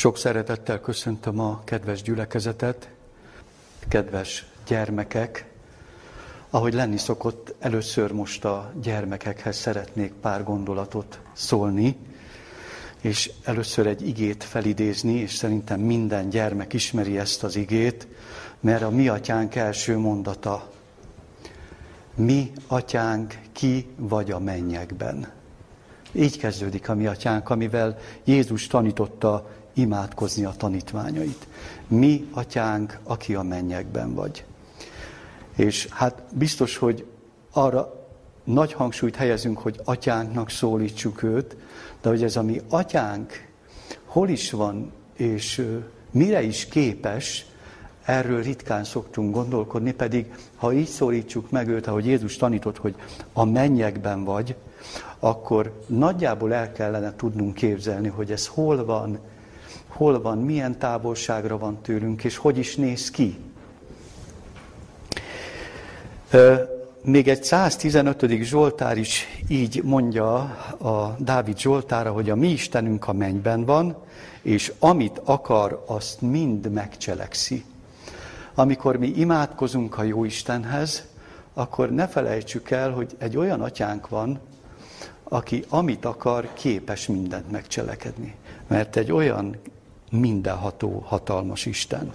Sok szeretettel köszöntöm a kedves gyülekezetet, kedves gyermekek. Ahogy lenni szokott, először most a gyermekekhez szeretnék pár gondolatot szólni, és először egy igét felidézni, és szerintem minden gyermek ismeri ezt az igét, mert a Mi Atyánk első mondata: Mi Atyánk, ki vagy a mennyekben. Így kezdődik a Mi Atyánk, amivel Jézus tanította imádkozni a tanítványait. Mi Atyánk, aki a mennyekben vagy. És hát biztos, hogy arra nagy hangsúlyt helyezünk, hogy Atyánknak szólítsuk őt, de hogy ez a Mi Atyánk hol is van, és mire is képes, erről ritkán szoktunk gondolkodni, pedig ha így szólítsuk meg őt, ahogy Jézus tanított, hogy a mennyekben vagy, akkor nagyjából el kellene tudnunk képzelni, hogy ez hol van, milyen távolságra van tőlünk, és hogy is néz ki. Még egy 115. Zsoltár is így mondja a Dávid Zsoltára, hogy a mi Istenünk a mennyben van, és amit akar, azt mind megcselekszi. Amikor mi imádkozunk a Jóistenhez, akkor ne felejtsük el, hogy egy olyan atyánk van, aki amit akar, képes mindent megcselekedni. Mert egy olyan mindenható, hatalmas Isten.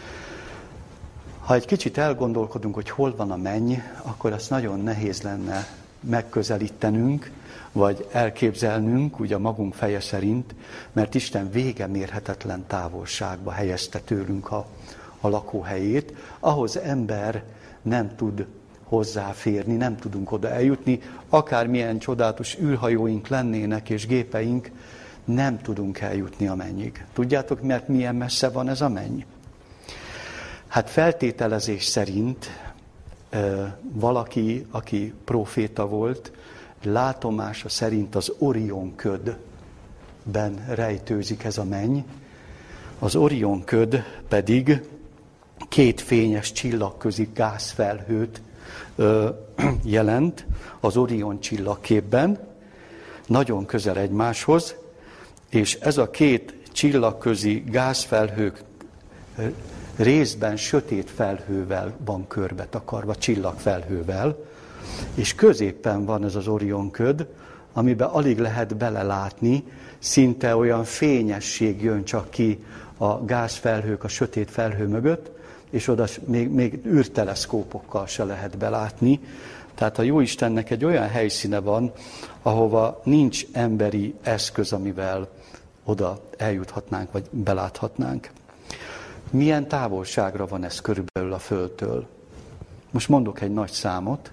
Ha egy kicsit elgondolkodunk, hogy hol van a menny, akkor azt nagyon nehéz lenne megközelítenünk, vagy elképzelnünk, úgy a magunk feje szerint, mert Isten végemérhetetlen távolságba helyezte tőlünk a lakóhelyét, ahhoz ember nem tud hozzáférni, nem tudunk oda eljutni, akármilyen csodálatos űrhajóink lennének és gépeink, nem tudunk eljutni a mennyig. Tudjátok, mert milyen messze van ez a menny? Hát feltételezés szerint valaki, aki próféta volt, látomása szerint az Orion ködben rejtőzik ez a menny. Az Orion köd pedig két fényes csillagközi gázfelhőt jelent az Orion csillagképben, nagyon közel egymáshoz, és ez a két csillagközi gázfelhő részben sötét felhővel van körbetakarva, csillagfelhővel, és középen van ez az Orion köd, amiben alig lehet belelátni, szinte olyan fényesség jön csak ki a gázfelhők, a sötét felhő mögött, és oda még űrteleszkópokkal se lehet belátni. Tehát a Jóistennek egy olyan helyszíne van, ahova nincs emberi eszköz, amivel oda eljuthatnánk, vagy beláthatnánk. Milyen távolságra van ez körülbelül a Földtől? Most mondok egy nagy számot.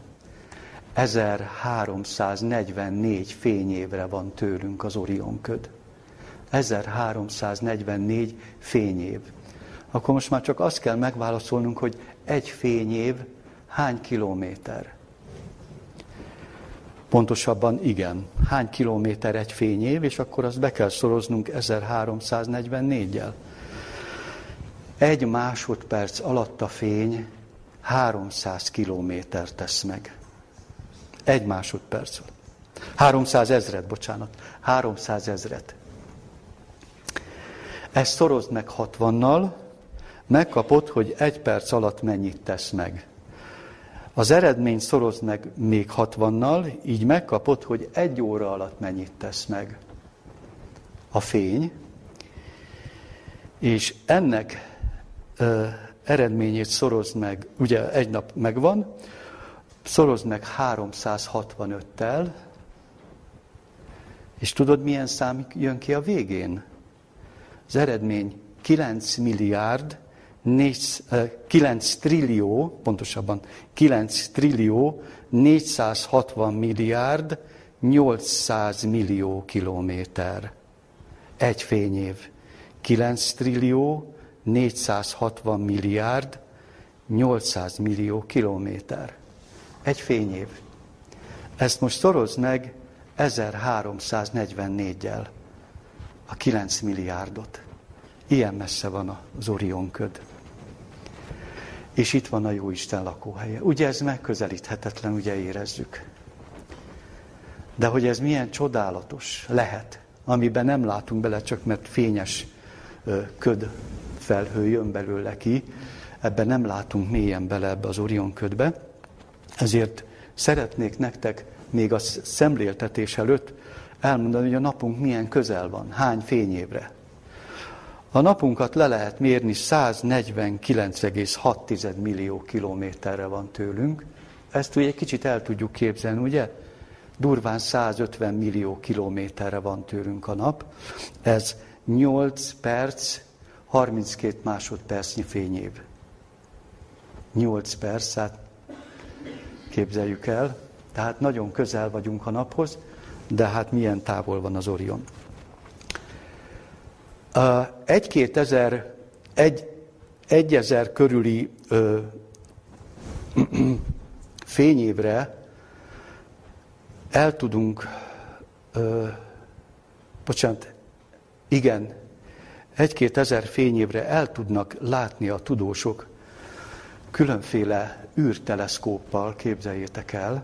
1344 fényévre van tőlünk az Orion köd. 1344 fényév. Akkor most már csak azt kell megválaszolnunk, hogy egy fényév hány kilométer? Pontosabban igen. Hány kilométer egy fényév, és akkor azt be kell szoroznunk 1344-jel. Egy másodperc alatt a fény 300 kilométert tesz meg. Egy másodperc alatt. 300 000. Ezt szorozd meg 60-nal, megkapod, hogy egy perc alatt mennyit tesz meg. Az eredményt szorozd meg még 60-nal, így megkapod, hogy egy óra alatt mennyit tesz meg a fény, és ennek eredményét szorozd meg, ugye egy nap megvan, szorozd meg 365-tel, és tudod, milyen szám jön ki a végén? Az eredmény 9 trillió, pontosabban 9 trillió 460 milliárd 800 millió kilométer. Egy fényév. 9 trillió 460 milliárd 800 millió kilométer. Egy fényév. Ezt most szorozd meg 1344-jel. A 9 milliárdot. Ilyen messze van az Orion köd. És itt van a Jóisten lakóhelye. Ugye ez megközelíthetetlen, ugye érezzük. De hogy ez milyen csodálatos lehet, amiben nem látunk bele, csak mert fényes ködfelhő jön belőle ki. Ebben nem látunk mélyen bele ebbe az Orion ködbe. Ezért szeretnék nektek még a szemléltetés előtt elmondani, hogy a napunk milyen közel van, hány fényévre. A napunkat le lehet mérni, 149,6 millió kilométerre van tőlünk. Ezt ugye egy kicsit el tudjuk képzelni, ugye? Durván 150 millió kilométerre van tőlünk a nap. Ez 8 perc, 32 másodpercnyi fényév. 8 perc, hát képzeljük el. Tehát nagyon közel vagyunk a naphoz, de hát milyen távol van az Orion. 1000 körüli fényévre el tudunk, 1-2000 fényévre el tudnak látni a tudósok különféle űrteleszkóppal, képzeljétek el.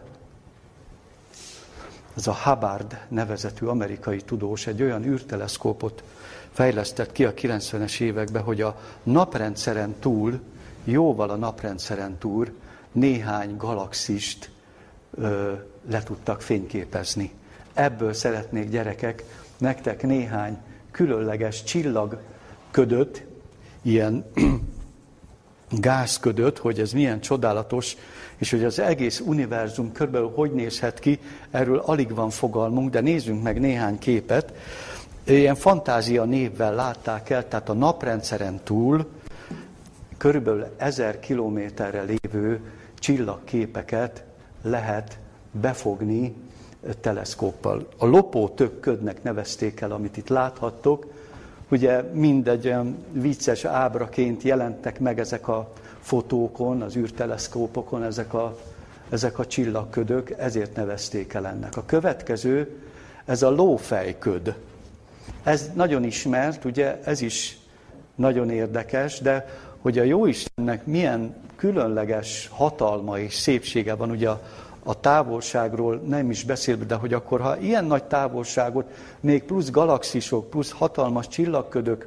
Ez a Hubbard nevezetű amerikai tudós egy olyan űrteleszkópot fejlesztett ki a 90-es években, hogy a naprendszeren túl, jóval a naprendszeren túl néhány galaxist le tudtak fényképezni. Ebből szeretnék, gyerekek, nektek néhány különleges csillagködöt, ilyen gázködöt, hogy ez milyen csodálatos, és hogy az egész univerzum körülbelül hogy nézhet ki, erről alig van fogalmunk, de nézzünk meg néhány képet. Ilyen fantázia névvel látták el, tehát a naprendszeren túl körülbelül 1000 kilométerre lévő csillagképeket lehet befogni teleszkóppal. A lopótök ködnek nevezték el, amit itt láthattok. Ugye mindegy olyan vicces ábraként jelentek meg ezek a fotókon, az űrteleszkópokon, ezek a csillagködök, ezért nevezték el ennek. A következő, ez a lófejköd. Ez nagyon ismert, ugye ez is nagyon érdekes, de hogy a Jóistennek milyen különleges hatalma és szépsége van, ugye a távolságról nem is beszélve, de hogy akkor, ha ilyen nagy távolságot, még plusz galaxisok, plusz hatalmas csillagködök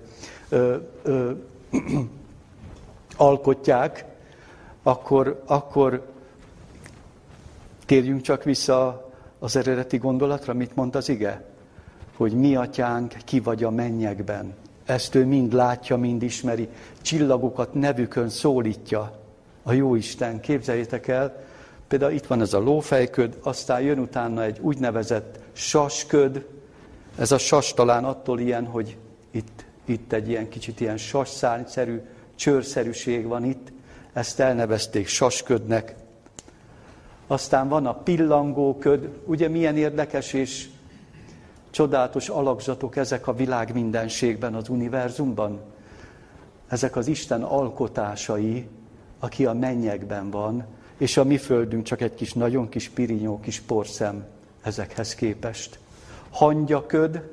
alkotják, akkor térjünk csak vissza az eredeti gondolatra, mit mond az ige? Hogy mi atyánk, ki vagy a mennyekben. Ezt ő mind látja, mind ismeri. Csillagokat nevükön szólítja a Jóisten. Képzeljétek el, például itt van ez a lófejköd, aztán jön utána egy úgynevezett sasköd. Ez a sas talán attól ilyen, hogy itt egy ilyen kicsit ilyen sasszárnyszerű, csőrszerűség van itt. Ezt elnevezték sasködnek. Aztán van a pillangóköd. Ugye milyen érdekes és csodálatos alakzatok ezek a világ mindenségben, az univerzumban. Ezek az Isten alkotásai, aki a mennyekben van, és a mi földünk csak egy kis, nagyon kis pirinyó, kis porszem ezekhez képest. Hangyaköd,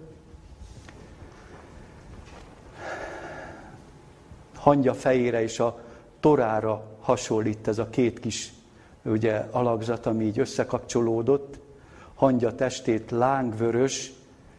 hangya fejére és a torára hasonlít ez a két kis ugye, alakzat, ami így összekapcsolódott. Hangya testét lángvörös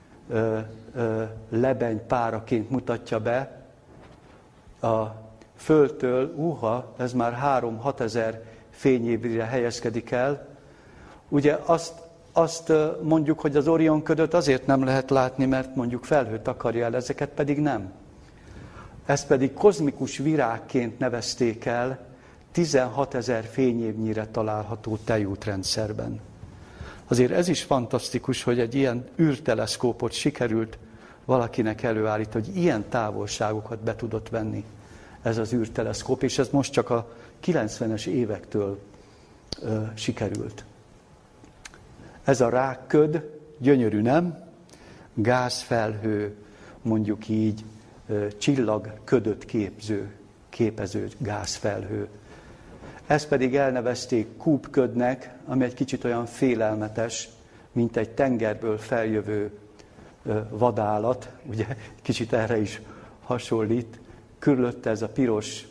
lebeny páraként mutatja be. A Földtől, ez már 3-6 ezer fényévre helyezkedik el. Ugye azt mondjuk, hogy az Orion ködöt azért nem lehet látni, mert mondjuk felhő takarja el, ezeket pedig nem. Ezt pedig kozmikus virágként nevezték el, 16 000 fényévnyire található tejútrendszerben. Azért ez is fantasztikus, hogy egy ilyen űrteleszkópot sikerült valakinek előállítani, hogy ilyen távolságokat be tudott venni ez az űrteleszkóp, és ez most csak a 90-es évektől sikerült. Ez a rákköd, gyönyörű, nem? Gázfelhő, mondjuk így, csillagködöt képező gázfelhő. Ezt pedig elnevezték kúpködnek, ami egy kicsit olyan félelmetes, mint egy tengerből feljövő vadállat, ugye kicsit erre is hasonlít. Körülötte ez a piros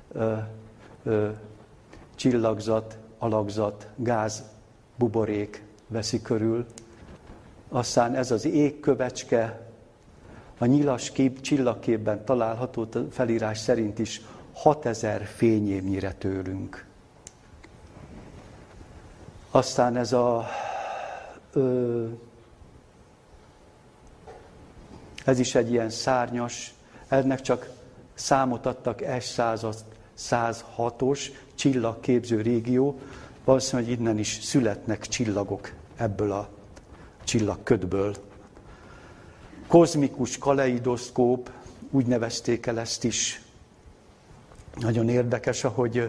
csillagzat, alakzat, gáz, buborék veszi körül. Aztán ez az égkövecske, A nyilas csillagképben található felírás szerint is 6000 fényévnyire tőlünk. Aztán ez is egy ilyen szárnyas, ennek csak számot adtak S106-os csillagképző régió, valószínűleg hogy innen is születnek csillagok ebből a csillagködből. Kozmikus kaleidoszkóp, úgy nevezték el ezt is. Nagyon érdekes,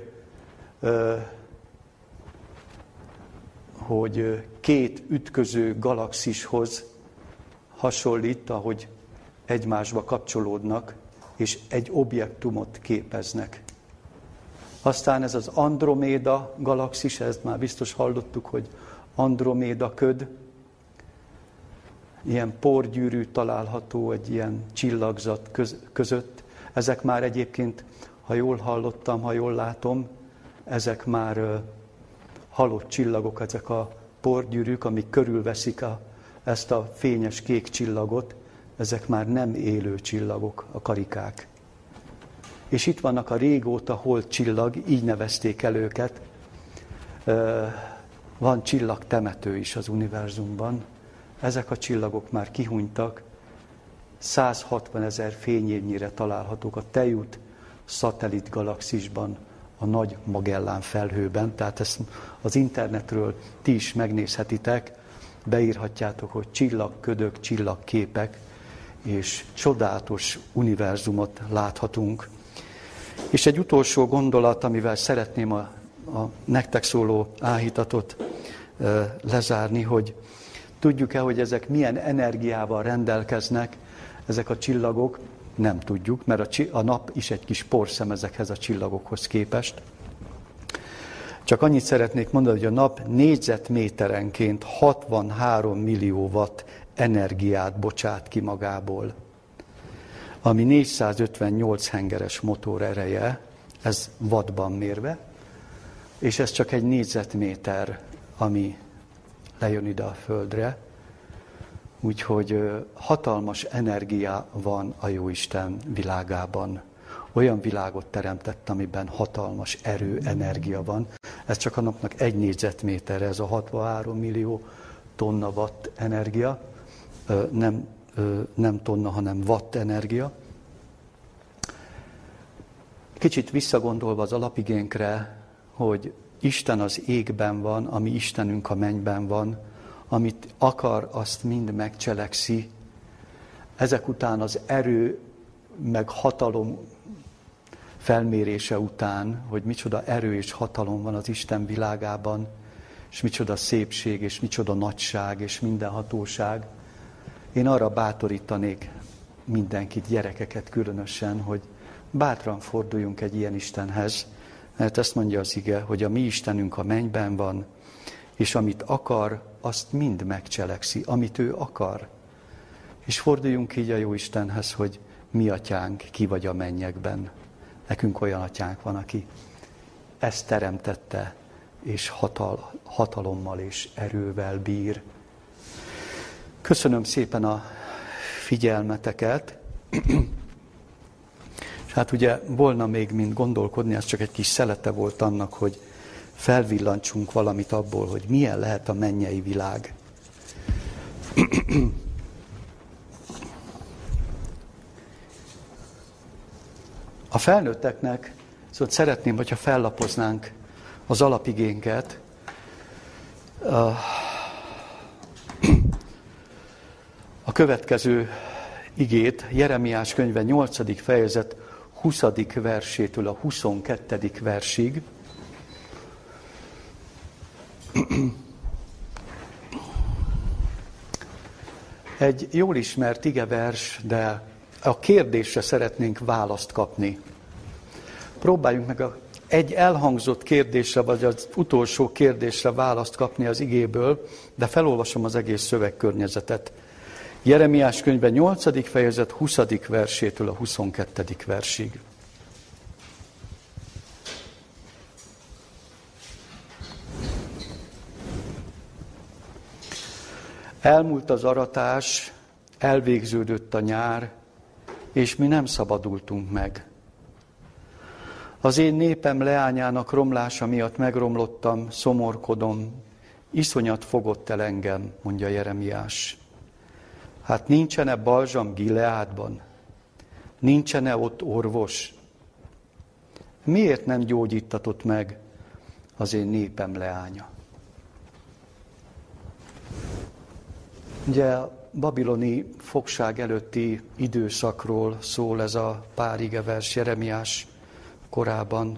hogy két ütköző galaxishoz hasonlít, ahogy egymásba kapcsolódnak, és egy objektumot képeznek. Aztán ez az Androméda galaxis, ezt már biztos hallottuk, hogy Androméda köd, ilyen porgyűrű található egy ilyen csillagzat között. Ezek már egyébként, ha jól hallottam, ha jól látom, ezek már halott csillagok, ezek a porgyűrűk, amik körülveszik ezt a fényes kék csillagot, ezek már nem élő csillagok, a karikák. És itt vannak a régóta holt csillag, így nevezték el őket. Van csillagtemető is az univerzumban. Ezek a csillagok már kihunytak, 160 000 fényévnyire találhatók a Tejút szatellit galaxisban, a Nagy Magellán felhőben. Tehát ezt az internetről ti is megnézhetitek, beírhatjátok, hogy csillagködök, csillagképek, és csodálatos univerzumot láthatunk. És egy utolsó gondolat, amivel szeretném a nektek szóló áhítatot lezárni, hogy tudjuk-e, hogy ezek milyen energiával rendelkeznek, ezek a csillagok? Nem tudjuk, mert a nap is egy kis porszem ezekhez a csillagokhoz képest. Csak annyit szeretnék mondani, hogy a nap négyzetméterenként 63 millió watt energiát bocsát ki magából, ami 458 hengeres motor ereje, ez wattban mérve, és ez csak egy négyzetméter, ami lejön ide a Földre. Úgyhogy hatalmas energia van a Jóisten világában. Olyan világot teremtett, amiben hatalmas erő, energia van. Ez csak a napnak egy négyzetméterre, ez a 63 millió tonna watt energia, nem tonna, hanem watt energia. Kicsit visszagondolva az alapigénkre, hogy Isten az égben van, ami Istenünk a mennyben van, amit akar, azt mind megcselekszi. Ezek után az erő, meg hatalom felmérése után, hogy micsoda erő és hatalom van az Isten világában, és micsoda szépség, és micsoda nagyság, és mindenhatóság. Én arra bátorítanék mindenkit, gyerekeket különösen, hogy bátran forduljunk egy ilyen Istenhez, mert ezt mondja az ige, hogy a mi Istenünk a mennyben van, és amit akar, azt mind megcselekszi, amit ő akar. És forduljunk így a jó Istenhez, hogy mi atyánk, ki vagy a mennyekben. Nekünk olyan atyánk van, aki ezt teremtette, és hatalommal és erővel bír. Köszönöm szépen a figyelmeteket. És hát ugye volna még mind gondolkodni, ez csak egy kis szelete volt annak, hogy felvillantsunk valamit abból, hogy milyen lehet a mennyei világ. A felnőtteknek szóval szeretném, hogyha fellapoznánk az alapigénket. A következő igét, Jeremiás könyve 8. fejezet 20. versétől a 22. versig. Egy jól ismert igevers, de a kérdésre szeretnénk választ kapni. Próbáljunk meg egy elhangzott kérdésre, vagy az utolsó kérdésre választ kapni az igéből, de felolvasom az egész szövegkörnyezetet. Jeremiás könyve 8. fejezet 20. versétől a 22. versig. Elmúlt az aratás, elvégződött a nyár, és mi nem szabadultunk meg. Az én népem leányának romlása miatt megromlottam, szomorkodom, iszonyat fogott el engem, mondja Jeremiás. Hát nincsen-e balzsam Gileádban? Nincsen-e ott orvos? Miért nem gyógyítatott meg az én népem leánya? Ugye a babiloni fogság előtti időszakról szól ez a pár igevers Jeremiás korában,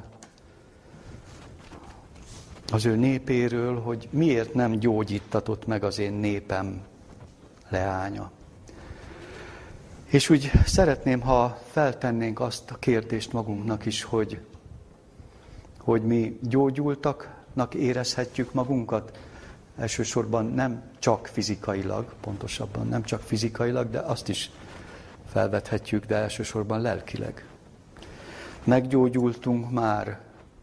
az ő népéről, hogy miért nem gyógyítatott meg az én népem leánya. És úgy szeretném, ha feltennénk azt a kérdést magunknak is, hogy mi gyógyultaknak érezhetjük magunkat, elsősorban nem csak fizikailag, pontosabban nem csak fizikailag, de azt is felvethetjük, de elsősorban lelkileg. Meggyógyultunk már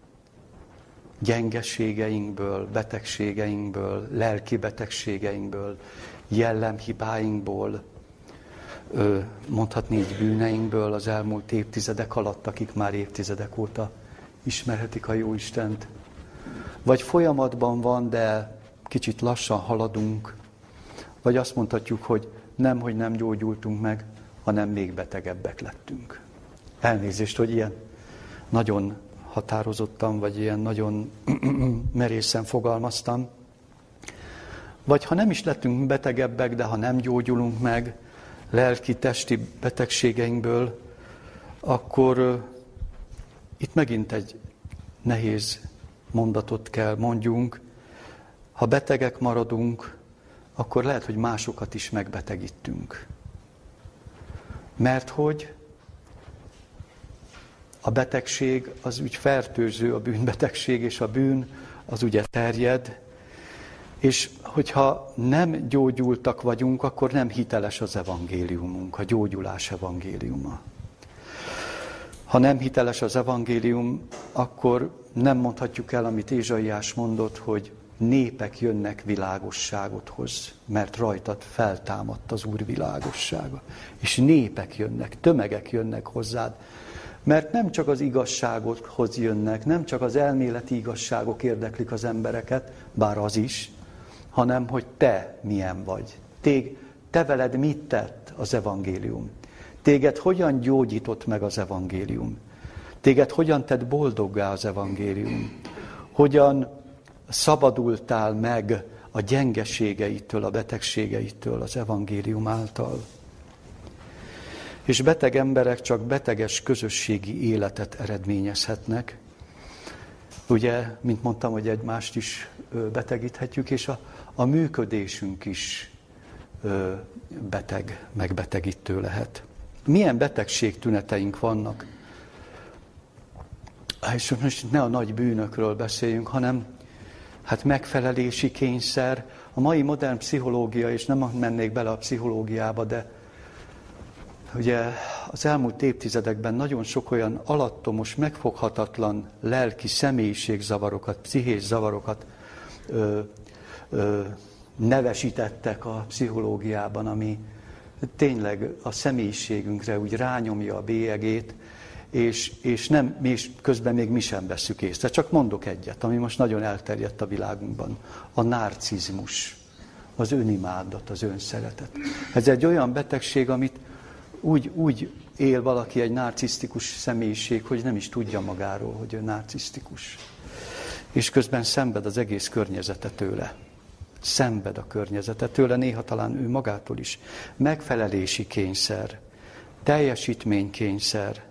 gyengeségeinkből, betegségeinkből, lelki betegségeinkből, jellemhibáinkból, mondhatni így bűneinkből az elmúlt évtizedek alatt, akik már évtizedek óta ismerhetik a Jóistent. Vagy folyamatban van, de kicsit lassan haladunk, vagy azt mondhatjuk, hogy nem gyógyultunk meg, hanem még betegebbek lettünk. Elnézést, hogy ilyen nagyon határozottan, vagy ilyen nagyon merészen fogalmaztam. Vagy ha nem is lettünk betegebbek, de ha nem gyógyulunk meg lelki, testi betegségeinkből, akkor itt megint egy nehéz mondatot kell mondjunk. Ha betegek maradunk, akkor lehet, hogy másokat is megbetegítünk. Mert hogy a betegség az úgy fertőző, a bűnbetegség, és a bűn az ugye terjed, és hogyha nem gyógyultak vagyunk, akkor nem hiteles az evangéliumunk, a gyógyulás evangéliuma. Ha nem hiteles az evangélium, akkor nem mondhatjuk el, amit Ézsaiás mondott, hogy népek jönnek világosságodhoz, mert rajtad feltámadt az Úr világossága. És népek jönnek, tömegek jönnek hozzád, mert nem csak az igazságokhoz jönnek, nem csak az elméleti igazságok érdeklik az embereket, bár az is, hanem hogy te milyen vagy. Te veled mit tett az evangélium? Téged hogyan gyógyított meg az evangélium? Téged hogyan tett boldoggá az evangélium? Hogyan szabadultál meg a gyengeségeitől, a betegségeitől az evangélium által? És beteg emberek csak beteges közösségi életet eredményezhetnek. Ugye, mint mondtam, hogy egymást is betegíthetjük, és a működésünk is beteg, megbetegítő lehet. Milyen betegségtüneteink vannak? És most ne a nagy bűnökről beszéljünk, hanem megfelelési kényszer. A mai modern pszichológia, és nem mennék bele a pszichológiába, de ugye az elmúlt évtizedekben nagyon sok olyan alattomos, megfoghatatlan lelki személyiségzavarokat, pszichés zavarokat nevesítettek a pszichológiában, ami tényleg a személyiségünkre úgy rányomja a bélyegét, és közben még mi sem vesszük észre. Csak mondok egyet, ami most nagyon elterjedt a világunkban. A narcizmus, az önimádat, az önszeretet. Ez egy olyan betegség, amit úgy él valaki, egy narcisztikus személyiség, hogy nem is tudja magáról, hogy ő narcisztikus. És közben szenved az egész környezete tőle. Szenved a környezete tőle, néha talán ő magától is. Megfelelési kényszer, teljesítménykényszer,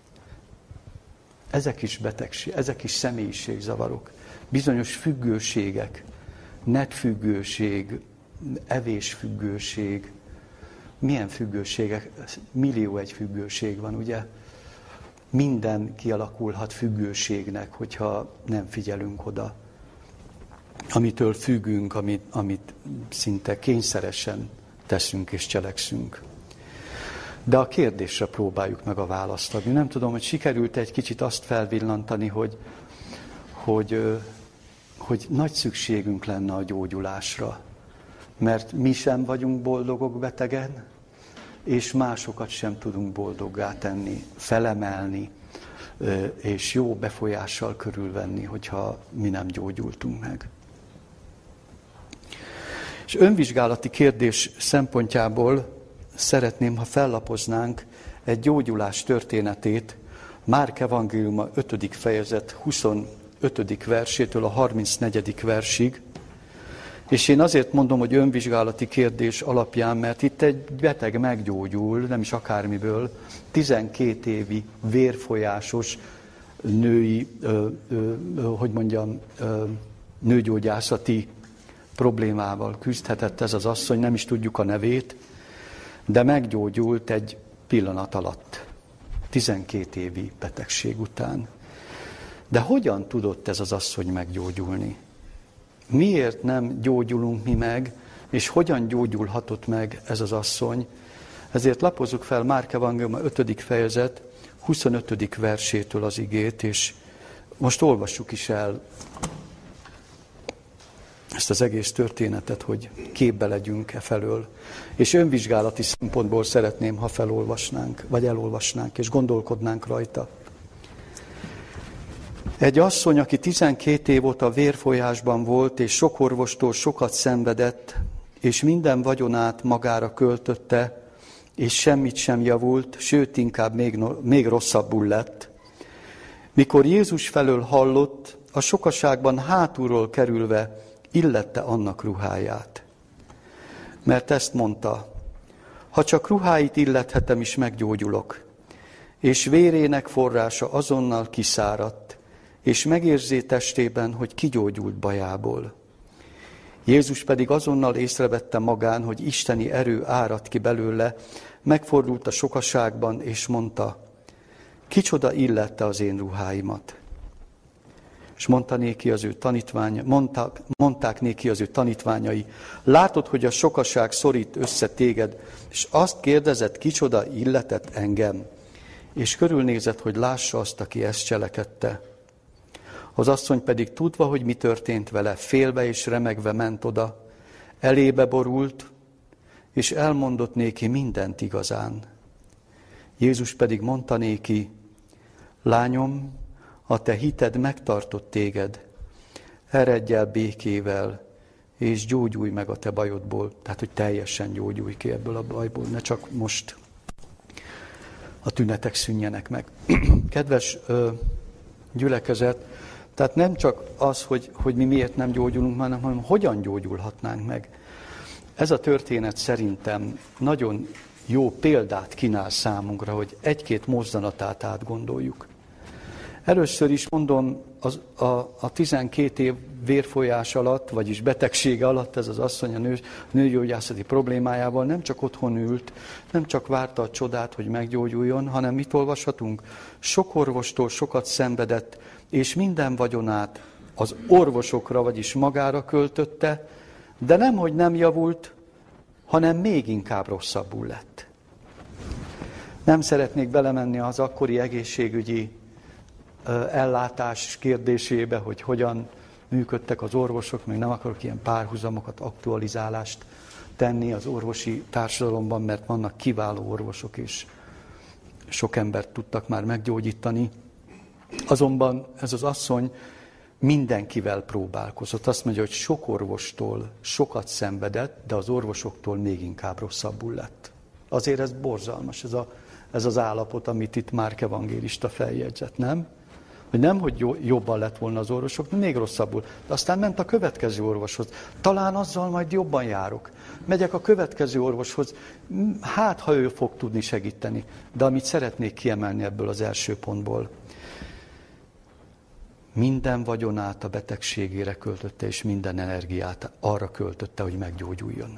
ezek is betegség, ezek is személyiségzavarok. Bizonyos függőségek, netfüggőség, evésfüggőség. Milyen függőségek? Millió egy függőség van, ugye? Minden kialakulhat függőségnek, hogyha nem figyelünk oda. Amitől függünk, amit szinte kényszeresen teszünk és cselekszünk. De a kérdésre próbáljuk meg a választ adni. Nem tudom, hogy sikerült egy kicsit azt felvillantani, hogy nagy szükségünk lenne a gyógyulásra. Mert mi sem vagyunk boldogok betegen, és másokat sem tudunk boldoggá tenni, felemelni, és jó befolyással körülvenni, hogyha mi nem gyógyultunk meg. És önvizsgálati kérdés szempontjából szeretném, ha fellapoznánk egy gyógyulás történetét, Márk evangéliuma 5. fejezet 25. versétől a 34. versig. És én azért mondom, hogy önvizsgálati kérdés alapján, mert itt egy beteg meggyógyul, nem is akármiből, 12 évi vérfolyásos női, nőgyógyászati problémával küzdhetett ez az asszony, nem is tudjuk a nevét, de meggyógyult egy pillanat alatt, 12 évi betegség után. De hogyan tudott ez az asszony meggyógyulni? Miért nem gyógyulunk mi meg, és hogyan gyógyulhatott meg ez az asszony? Ezért lapozzuk fel Márk evangéliuma 5. fejezet 25. versétől az igét, és most olvassuk is el ezt az egész történetet, hogy képbe legyünk e felől. És önvizsgálati szempontból szeretném, ha felolvasnánk, vagy elolvasnánk, és gondolkodnánk rajta. Egy asszony, aki 12 év óta vérfolyásban volt, és sok orvostól sokat szenvedett, és minden vagyonát magára költötte, és semmit sem javult, sőt, inkább még rosszabbul lett. Mikor Jézus felől hallott, a sokaságban hátulról kerülve illette annak ruháját. Mert ezt mondta, ha csak ruháit illethetem is, meggyógyulok. És vérének forrása azonnal kiszáradt, és megérzi testében, hogy kigyógyult bajából. Jézus pedig azonnal észrevette magán, hogy isteni erő árad ki belőle, megfordult a sokaságban, és mondta, kicsoda illette az én ruháimat. És mondták néki az ő tanítványai, látod, hogy a sokaság szorít össze téged, és azt kérdezed, kicsoda illetett engem, és körülnézett, hogy lássa azt, aki ezt cselekedte. Az asszony pedig tudva, hogy mi történt vele, félve és remegve ment oda, elébe borult, és elmondott néki mindent igazán. Jézus pedig mondta néki, lányom, a te hited megtartott téged, eredj el békével, és gyógyulj meg a te bajodból. Tehát, hogy teljesen gyógyulj ki ebből a bajból, ne csak most a tünetek szűnjenek meg. Kedves gyülekezet, tehát nem csak az, hogy mi miért nem gyógyulunk, hanem hogyan gyógyulhatnánk meg. Ez a történet szerintem nagyon jó példát kínál számunkra, hogy egy-két mozzanatát átgondoljuk. Először is mondom, a 12 év vérfolyás alatt, vagyis betegsége alatt ez az asszony a nőgyógyászati problémájával nem csak otthon ült, nem csak várta a csodát, hogy meggyógyuljon, hanem mit olvashatunk? Sok orvostól sokat szenvedett, és minden vagyonát az orvosokra, vagyis magára költötte, de nemhogy nem javult, hanem még inkább rosszabbul lett. Nem szeretnék belemenni az akkori egészségügyi ellátás kérdésébe, hogy hogyan működtek az orvosok, meg nem akarok ilyen párhuzamokat, aktualizálást tenni az orvosi társadalomban, mert vannak kiváló orvosok, és sok embert tudtak már meggyógyítani. Azonban ez az asszony mindenkivel próbálkozott. Azt mondja, hogy sok orvostól sokat szenvedett, de az orvosoktól még inkább rosszabbul lett. Azért ez borzalmas, ez az állapot, amit itt Márk evangélista feljegyzett, nem? Hogy nem, hogy jobban lett volna az orvosok, még rosszabbul. De aztán ment a következő orvoshoz. Talán azzal majd jobban járok. Megyek a következő orvoshoz, hát ha ő fog tudni segíteni. De amit szeretnék kiemelni ebből az első pontból, minden vagyonát a betegségére költötte, és minden energiát arra költötte, hogy meggyógyuljon.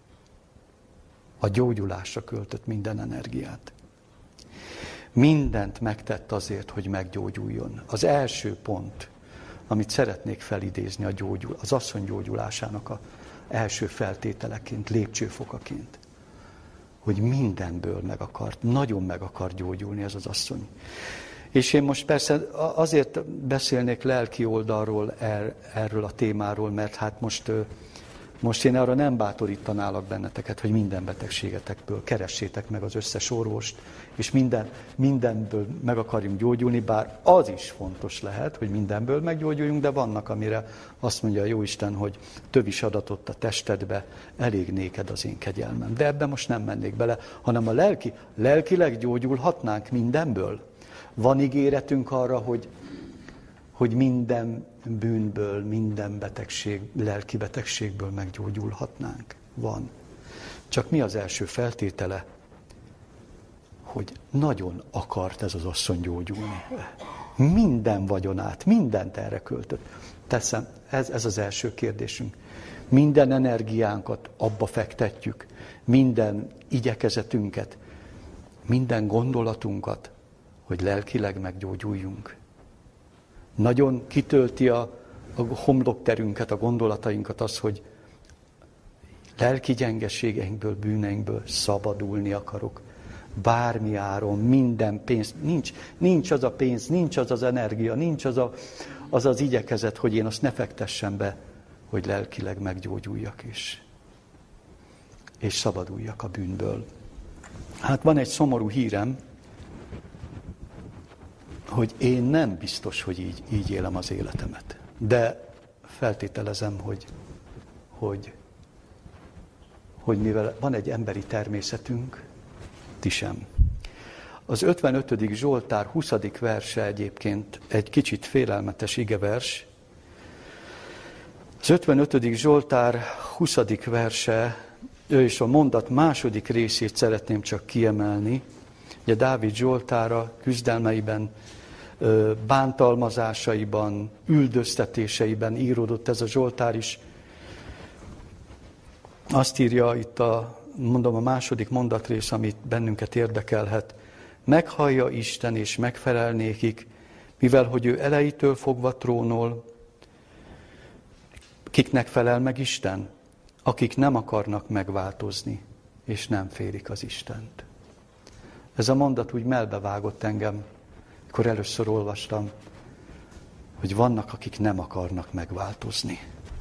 A gyógyulásra költött minden energiát. Mindent megtett azért, hogy meggyógyuljon. Az első pont, amit szeretnék felidézni az asszony gyógyulásának az első feltételeként, lépcsőfokaként, hogy mindenből nagyon meg akart gyógyulni ez az asszony. És én most persze azért beszélnék lelki oldalról erről a témáról, mert hát most Most én arra nem bátorítanálak benneteket, hogy minden betegségetekből keressétek meg az összes orvost, és mindenből meg akarjunk gyógyulni, bár az is fontos lehet, hogy mindenből meggyógyuljunk, de vannak, amire azt mondja a Jóisten, hogy tövis adatot a testedbe, elég néked az én kegyelmem. De ebben most nem mennék bele, hanem a lelkileg gyógyulhatnánk mindenből. Van ígéretünk arra, hogy minden bűnből, minden betegség, lelki betegségből meggyógyulhatnánk. Van. Csak mi az első feltétele? Hogy nagyon akart ez az asszony gyógyulni. Minden vagyonát, mindent erre költött. Teszem, ez az első kérdésünk. Minden energiánkat abba fektetjük, minden igyekezetünket, minden gondolatunkat, hogy lelkileg meggyógyuljunk. Nagyon kitölti a homlokterünket, a gondolatainkat az, hogy lelki gyengeségeinkből, bűneinkből szabadulni akarok. Bármi áron, minden pénz. Nincs az a pénz, nincs az az energia, nincs az az igyekezet, hogy én azt ne fektessem be, hogy lelkileg meggyógyuljak is. És szabaduljak a bűnből. Hát van egy szomorú hírem, hogy én nem biztos, hogy így élem az életemet. De feltételezem, hogy mivel van egy emberi természetünk, ti sem. Az 55. Zsoltár 20. verse egyébként egy kicsit félelmetes igevers. Az 55. Zsoltár 20. verse, és a mondat második részét szeretném csak kiemelni. Ugye Dávid Zsoltára küzdelmeiben, bántalmazásaiban, üldöztetéseiben íródott ez a Zsoltár is. Azt írja itt a második mondatrész, amit bennünket érdekelhet. Meghallja Isten és megfelel nékik, mivel hogy ő elejétől fogva trónol. Kiknek felel meg Isten? Akik nem akarnak megváltozni, és nem félik az Istent. Ez a mondat úgy melbevágott engem, amikor először olvastam, hogy vannak, akik nem akarnak megváltozni.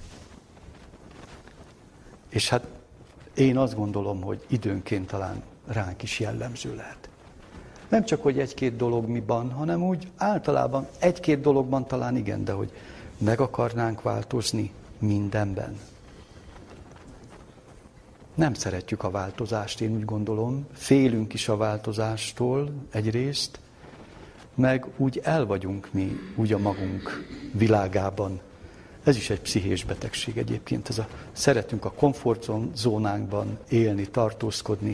És hát én azt gondolom, hogy időnként talán ránk is jellemző lehet. Nem csak, hogy egy-két dolog miban, hanem úgy általában egy-két dologban talán igen, de hogy meg akarnánk változni mindenben. Nem szeretjük a változást, én úgy gondolom. Félünk is a változástól egyrészt, meg úgy el vagyunk mi, úgy a magunk világában. Ez is egy pszichés betegség egyébként. Szeretünk a komfortzónánkban élni, tartózkodni,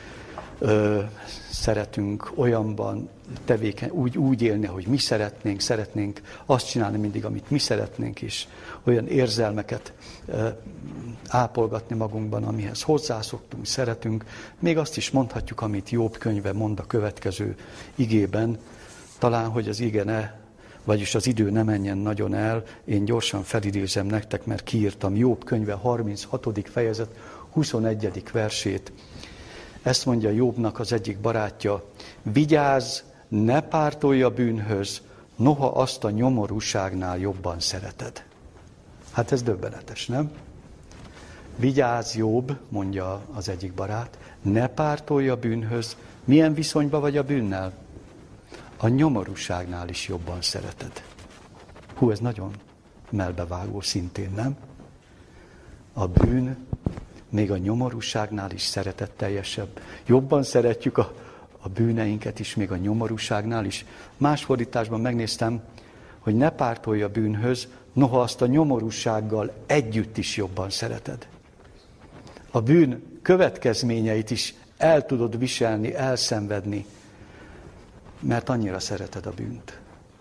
szeretünk olyanban úgy élni, hogy mi szeretnénk azt csinálni mindig, amit mi szeretnénk, és olyan érzelmeket ápolgatni magunkban, amihez hozzászoktunk, szeretünk. Még azt is mondhatjuk, amit Jobb könyve mond a következő igében, talán, hogy az ige vagyis az idő ne menjen nagyon el, én gyorsan felidézem nektek, mert kiírtam Jobb könyve 36. fejezet 21. versét. Ezt mondja Jobbnak az egyik barátja, vigyázz, ne pártolj a bűnhöz, noha azt a nyomorúságnál jobban szereted. Hát ez döbbenetes, nem? Vigyázz, Jobb, mondja az egyik barát, ne pártolj a bűnhöz. Milyen viszonyban vagy a bűnnel? A nyomorúságnál is jobban szereted. Hú, ez nagyon melbevágó szintén, nem? A bűn még a nyomorúságnál is szeretetteljesebb. Jobban szeretjük a bűneinket is, még a nyomorúságnál is. Más fordításban megnéztem, hogy ne pártolj a bűnhöz, noha azt a nyomorúsággal együtt is jobban szereted. A bűn következményeit is el tudod viselni, elszenvedni, mert annyira szereted a bűnt.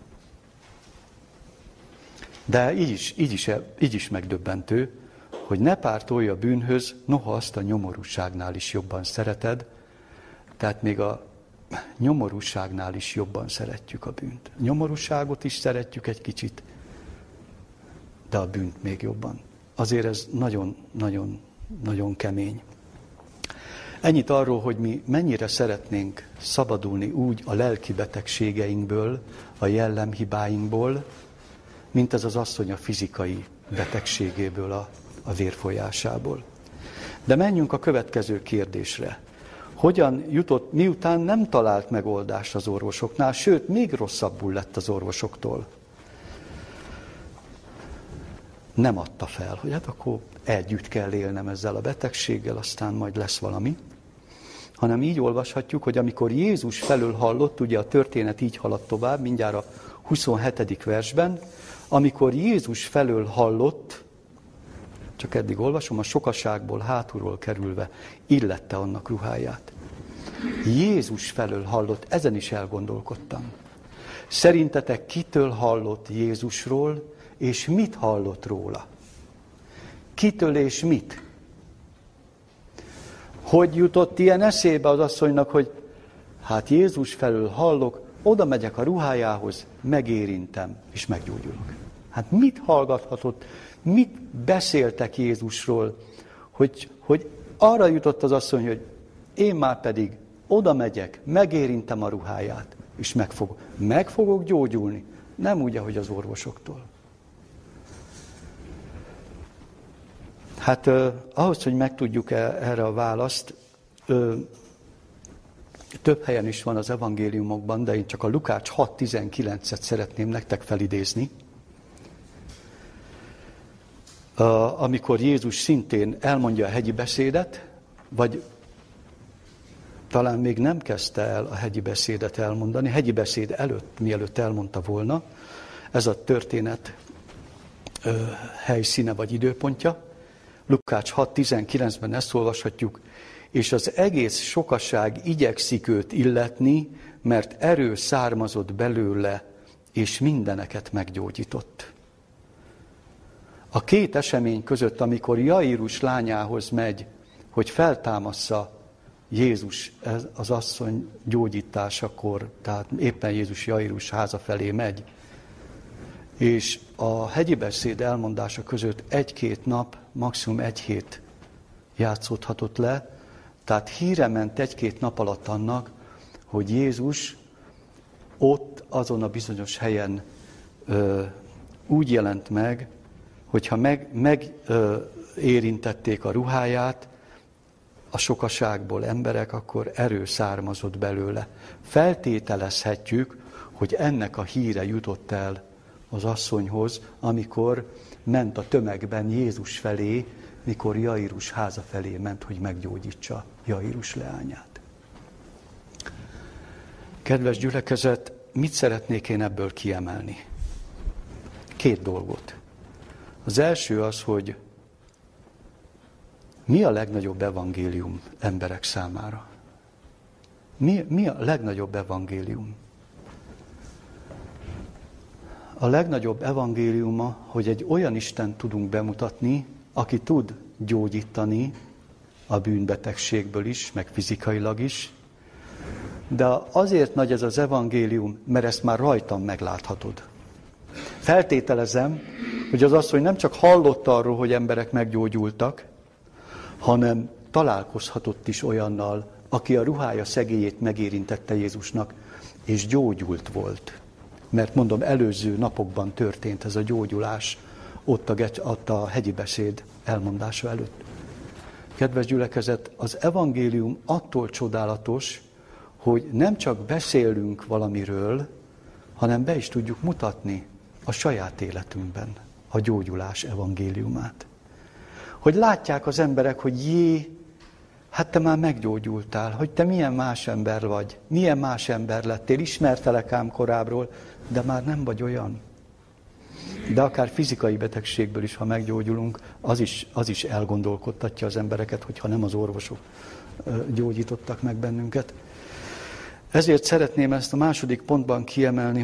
De így is megdöbbentő, hogy ne pártolj a bűnhöz, noha azt a nyomorúságnál is jobban szereted, tehát még a nyomorúságnál is jobban szeretjük a bűnt. A nyomorúságot is szeretjük egy kicsit, de a bűnt még jobban. Azért ez nagyon kemény. Ennyit arról, hogy mi mennyire szeretnénk szabadulni úgy a lelki betegségeinkből, a jellemhibáinkból, mint ez az asszony a fizikai betegségéből, a vérfolyásából. De menjünk a következő kérdésre. Hogyan jutott, miután nem talált megoldást az orvosoknál, sőt, még rosszabbul lett az orvosoktól. Nem adta fel, hogy hát akkor együtt kell élnem ezzel a betegséggel, aztán majd lesz valami. Hanem így olvashatjuk, hogy amikor Jézus felől hallott, ugye a történet így haladt tovább, mindjárt a 27. versben, amikor Jézus felől hallott, csak eddig olvasom, a sokaságból hátulról kerülve illette annak ruháját. Jézus felől hallott, ezen is elgondolkodtam. Szerintetek kitől hallott Jézusról, és mit hallott róla? Kitől és mit? Hogy jutott ilyen eszébe az asszonynak, hogy hát Jézus felől hallok, oda megyek a ruhájához, megérintem, és meggyógyulok. Hát mit hallgathatott, mit beszéltek Jézusról, hogy arra jutott az asszony, hogy én már pedig oda megyek, megérintem a ruháját, és meg fogok gyógyulni. Nem úgy, ahogy az orvosoktól. Hát ahhoz, hogy megtudjuk erre a választ, több helyen is van az evangéliumokban, de én csak a Lukács 6.19-et szeretném nektek felidézni. Amikor Jézus szintén elmondja a hegyi beszédet, vagy talán még nem kezdte el a hegyi beszédet elmondani, hegyi beszéd előtt, mielőtt elmondta volna, ez a történet helyszíne vagy időpontja. Lukács 6.19-ben ezt olvashatjuk, és az egész sokaság igyekszik őt illetni, mert erő származott belőle, és mindeneket meggyógyított. A két esemény között, amikor Jairus lányához megy, hogy feltámassza Jézus az asszony gyógyításakor, tehát éppen Jézus Jairus háza felé megy, és a hegyi beszéd elmondása között 1-2 nap, maximum 1 hét játszódhatott le, tehát híre ment 1-2 nap alatt annak, hogy Jézus ott, azon a bizonyos helyen úgy jelent meg, hogyha megérintették a ruháját, a sokaságból emberek, akkor erő származott belőle. Feltételezhetjük, hogy ennek a híre jutott el az asszonyhoz, amikor ment a tömegben Jézus felé, mikor Jairus háza felé ment, hogy meggyógyítsa Jairus leányát. Kedves gyülekezet, mit szeretnék én ebből kiemelni? 2 dolgot. Az első az, hogy mi a legnagyobb evangélium emberek számára? Mi a legnagyobb evangélium? A legnagyobb evangéliuma, hogy egy olyan Istent tudunk bemutatni, aki tud gyógyítani a bűnbetegségből is, meg fizikailag is, de azért nagy ez az evangélium, mert ezt már rajtam megláthatod. Feltételezem, hogy az asszony nem csak hallott arról, hogy emberek meggyógyultak, hanem találkozhatott is olyannal, aki a ruhája szegélyét megérintette Jézusnak, és gyógyult volt. Mert mondom, előző napokban történt ez a gyógyulás, ott a hegyi beszéd elmondása előtt. Kedves gyülekezet, az evangélium attól csodálatos, hogy nem csak beszélünk valamiről, hanem be is tudjuk mutatni a saját életünkben a gyógyulás evangéliumát. Hogy látják az emberek, hogy hát te már meggyógyultál, hogy te milyen más ember vagy, milyen más ember lettél, ismertelek ám korábbról, de már nem vagy olyan. De akár fizikai betegségből is, ha meggyógyulunk, az is elgondolkodtatja az embereket, hogyha nem az orvosok gyógyítottak meg bennünket. Ezért szeretném ezt a második pontban kiemelni,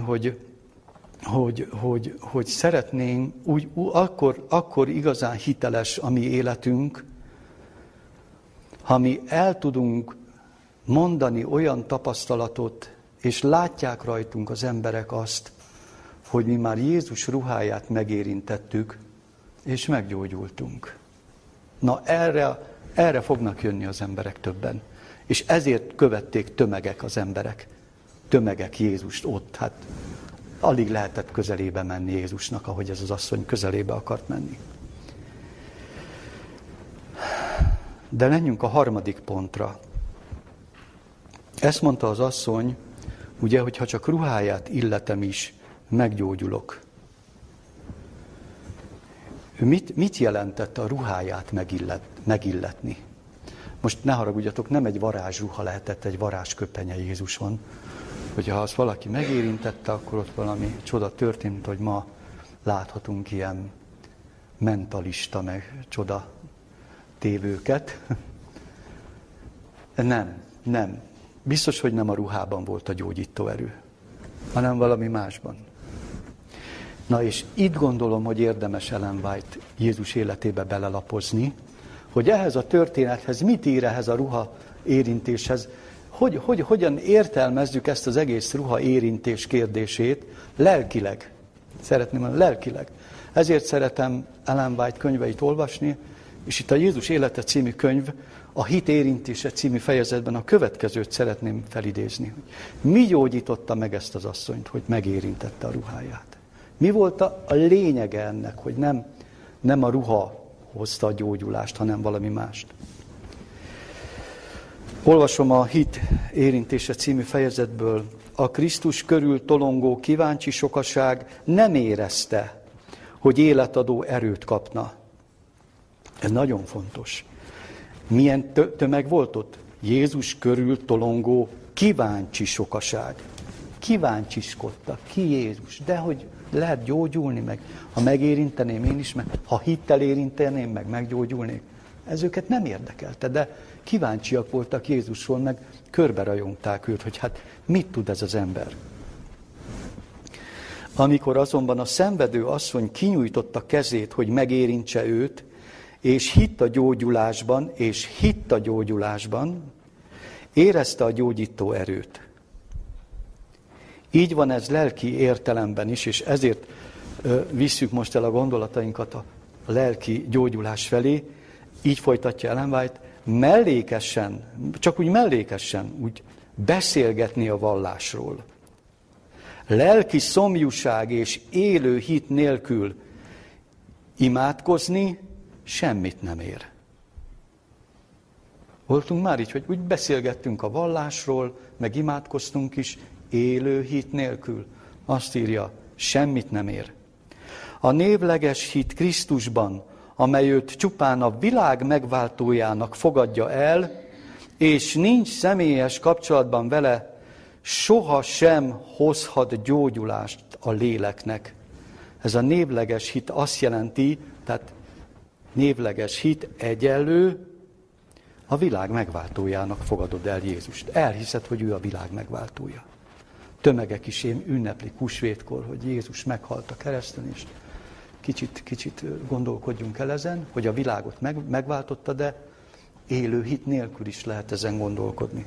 hogy szeretnénk, akkor igazán hiteles a mi életünk, ha mi el tudunk mondani olyan tapasztalatot, és látják rajtunk az emberek azt, hogy mi már Jézus ruháját megérintettük, és meggyógyultunk. Na erre fognak jönni az emberek többen. És ezért követték tömegek az emberek. Tömegek Jézust ott. Hát alig lehetett közelébe menni Jézusnak, ahogy ez az asszony közelébe akart menni. De menjünk a harmadik pontra. Ezt mondta az asszony, ugye, hogy ha csak ruháját illetem is, meggyógyulok. Mit jelentett a ruháját megilletni? Most ne haragudjatok, nem egy varázsruha lehetett, egy varázsköpenye Jézuson. Hogyha azt valaki megérintette, akkor ott valami csoda történt, hogy ma láthatunk ilyen mentalista, meg csoda tévőket. Nem. Biztos, hogy nem a ruhában volt a gyógyító erő, hanem valami másban. Na és itt gondolom, hogy érdemes Ellen White Jézus életébe belelapozni, hogy ehhez a történethez mit ír ehhez a ruha érintéshez, hogyan értelmezzük ezt az egész ruha érintés kérdését lelkileg. Szeretném mondani, lelkileg. Ezért szeretem Ellen White könyveit olvasni, és itt a Jézus élete című könyv, a hit érintése című fejezetben a következőt szeretném felidézni. Mi gyógyította meg ezt az asszonyt, hogy megérintette a ruháját? Mi volt a lényege ennek, hogy nem a ruha hozta a gyógyulást, hanem valami mást? Olvasom a hit érintése című fejezetből. A Krisztus körül tolongó kíváncsi sokaság nem érezte, hogy életadó erőt kapna. Ez nagyon fontos. Milyen tömeg volt ott? Jézus körül tolongó kíváncsi sokaság. Kíváncsiskodtak. Ki Jézus? De hogy lehet gyógyulni meg? Ha megérinteném én is, meg ha hittel érinteném meg, meggyógyulnék. Ez őket nem érdekelte, de kíváncsiak voltak Jézusról, meg körberajongták őt, hogy hát mit tud ez az ember. Amikor azonban a szenvedő asszony kinyújtotta kezét, hogy megérintse őt, és hitt a gyógyulásban, érezte a gyógyító erőt. Így van ez lelki értelemben is, és ezért visszük most el a gondolatainkat a lelki gyógyulás felé. Így folytatja Ellen White, mellékesen, úgy beszélgetni a vallásról. Lelki szomjúság és élő hit nélkül imádkozni semmit nem ér. Voltunk már így, hogy úgy beszélgettünk a vallásról, meg imádkoztunk is, élő hit nélkül. Azt írja, semmit nem ér. A névleges hit Krisztusban, amely őt csupán a világ megváltójának fogadja el, és nincs személyes kapcsolatban vele, soha sem hozhat gyógyulást a léleknek. Ez a névleges hit azt jelenti, tehát névleges hit egyenlő, a világ megváltójának fogadod el Jézust. Elhiszed, hogy ő a világ megváltója. Tömegek is ünneplik húsvétkor, hogy Jézus meghalt a kereszten, és kicsit gondolkodjunk el ezen, hogy a világot megváltotta, de élő hit nélkül is lehet ezen gondolkodni.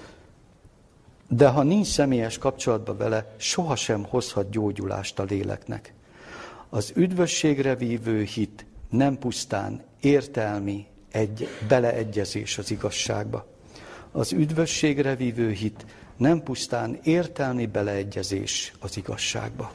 De ha nincs személyes kapcsolatban vele, sohasem hozhat gyógyulást a léleknek. Az üdvösségre vívő hit nem pusztán értelmi beleegyezés az igazságba. Az üdvösségre vívő hit nem pusztán értelmi beleegyezés az igazságba.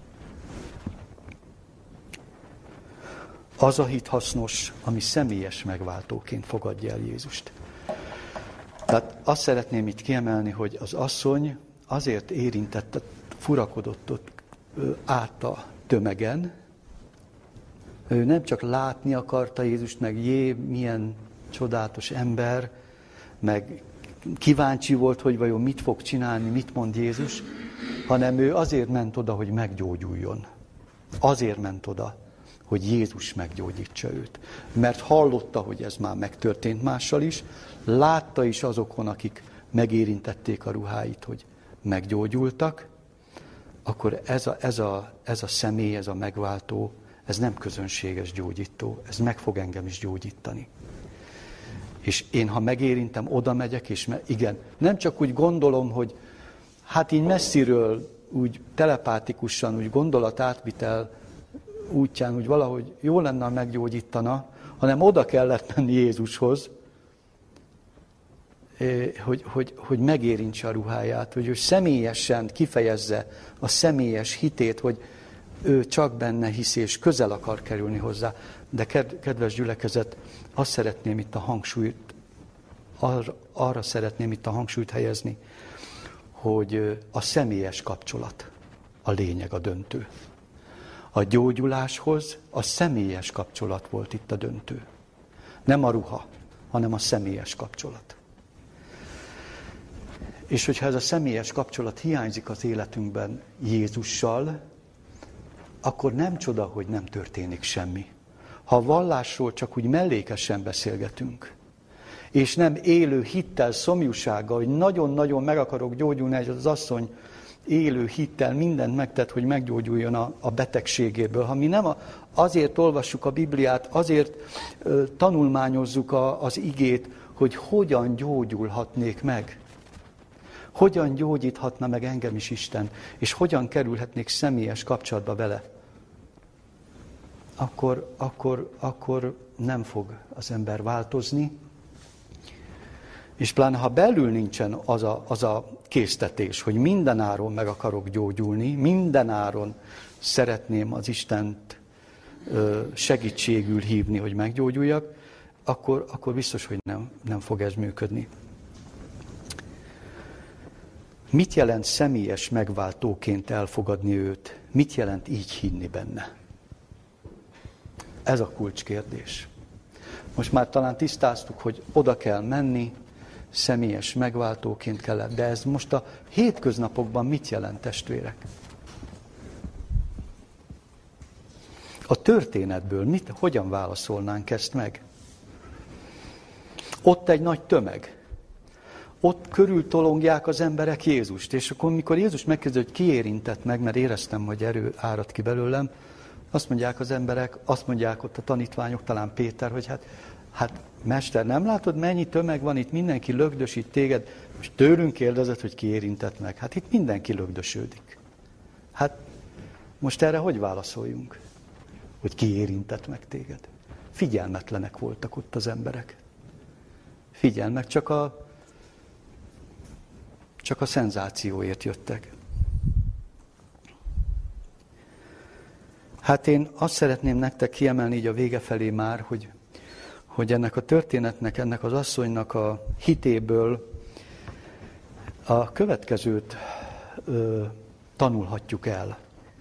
Az a hit hasznos, ami személyes megváltóként fogadja el Jézust. Tehát azt szeretném itt kiemelni, hogy az asszony azért érintett, furakodott ott át a tömegen. Ő nem csak látni akarta Jézust, meg milyen csodálatos ember, meg kíváncsi volt, hogy vajon mit fog csinálni, mit mond Jézus, hanem ő azért ment oda, hogy meggyógyuljon. Azért ment oda, hogy Jézus meggyógyítsa őt. Mert hallotta, hogy ez már megtörtént mással is, látta is azokon, akik megérintették a ruháit, hogy meggyógyultak, akkor ez a személy, ez a megváltó, ez nem közönséges gyógyító, ez meg fog engem is gyógyítani. És én, ha megérintem, oda megyek, és igen, nem csak úgy gondolom, hogy hát így messziről, úgy telepátikusan, úgy gondolatátvitel útján, úgy valahogy jó lenne, ha meggyógyítana, hanem oda kellett menni Jézushoz, hogy megérintse a ruháját, hogy ő személyesen kifejezze a személyes hitét, hogy ő csak benne hisz, és közel akar kerülni hozzá. De kedves gyülekezet, azt szeretném itt a hangsúlyt, arra szeretném itt a hangsúlyt helyezni, hogy a személyes kapcsolat a lényeg, a döntő. A gyógyuláshoz a személyes kapcsolat volt itt a döntő. Nem a ruha, hanem a személyes kapcsolat. És hogyha ez a személyes kapcsolat hiányzik az életünkben Jézussal, akkor nem csoda, hogy nem történik semmi. Ha a vallásról csak úgy mellékesen beszélgetünk, és nem élő hittel, szomjúsággal, hogy nagyon-nagyon meg akarok gyógyulni, hogy az asszony élő hittel mindent megtett, hogy meggyógyuljon a betegségéből. Ha mi nem azért olvassuk a Bibliát, azért tanulmányozzuk az igét, hogy hogyan gyógyulhatnék meg. Hogyan gyógyíthatna meg engem is Isten, és hogyan kerülhetnék személyes kapcsolatba vele. Akkor nem fog az ember változni, és pláne ha belül nincsen az a késztetés, hogy mindenáron meg akarok gyógyulni, mindenáron szeretném az Istent segítségül hívni, hogy meggyógyuljak, akkor biztos, hogy nem fog ez működni. Mit jelent személyes megváltóként elfogadni őt? Mit jelent így hinni benne? Ez a kulcskérdés. Most már talán tisztáztuk, hogy oda kell menni, személyes megváltóként kellett. De ez most a hétköznapokban mit jelent, testvérek? A történetből hogyan válaszolnánk ezt meg? Ott egy nagy tömeg. Ott körültolongják az emberek Jézust. És akkor, mikor Jézus megkezdő, hogy ki érintett meg, mert éreztem, hogy erő árad ki belőlem, azt mondják az emberek, azt mondják ott a tanítványok, talán Péter, hogy hát Mester, nem látod, mennyi tömeg van itt, mindenki lögdösít téged, és tőlünk kérdezed, hogy ki érintett meg. Hát itt mindenki lögdösödik. Hát most erre hogy válaszoljunk? Hogy ki érintett meg téged? Figyelmetlenek voltak ott az emberek. Figyelmek, csak a szenzációért jöttek. Hát én azt szeretném nektek kiemelni így a vége felé már, hogy ennek a történetnek, ennek az asszonynak a hitéből a következőt tanulhatjuk el.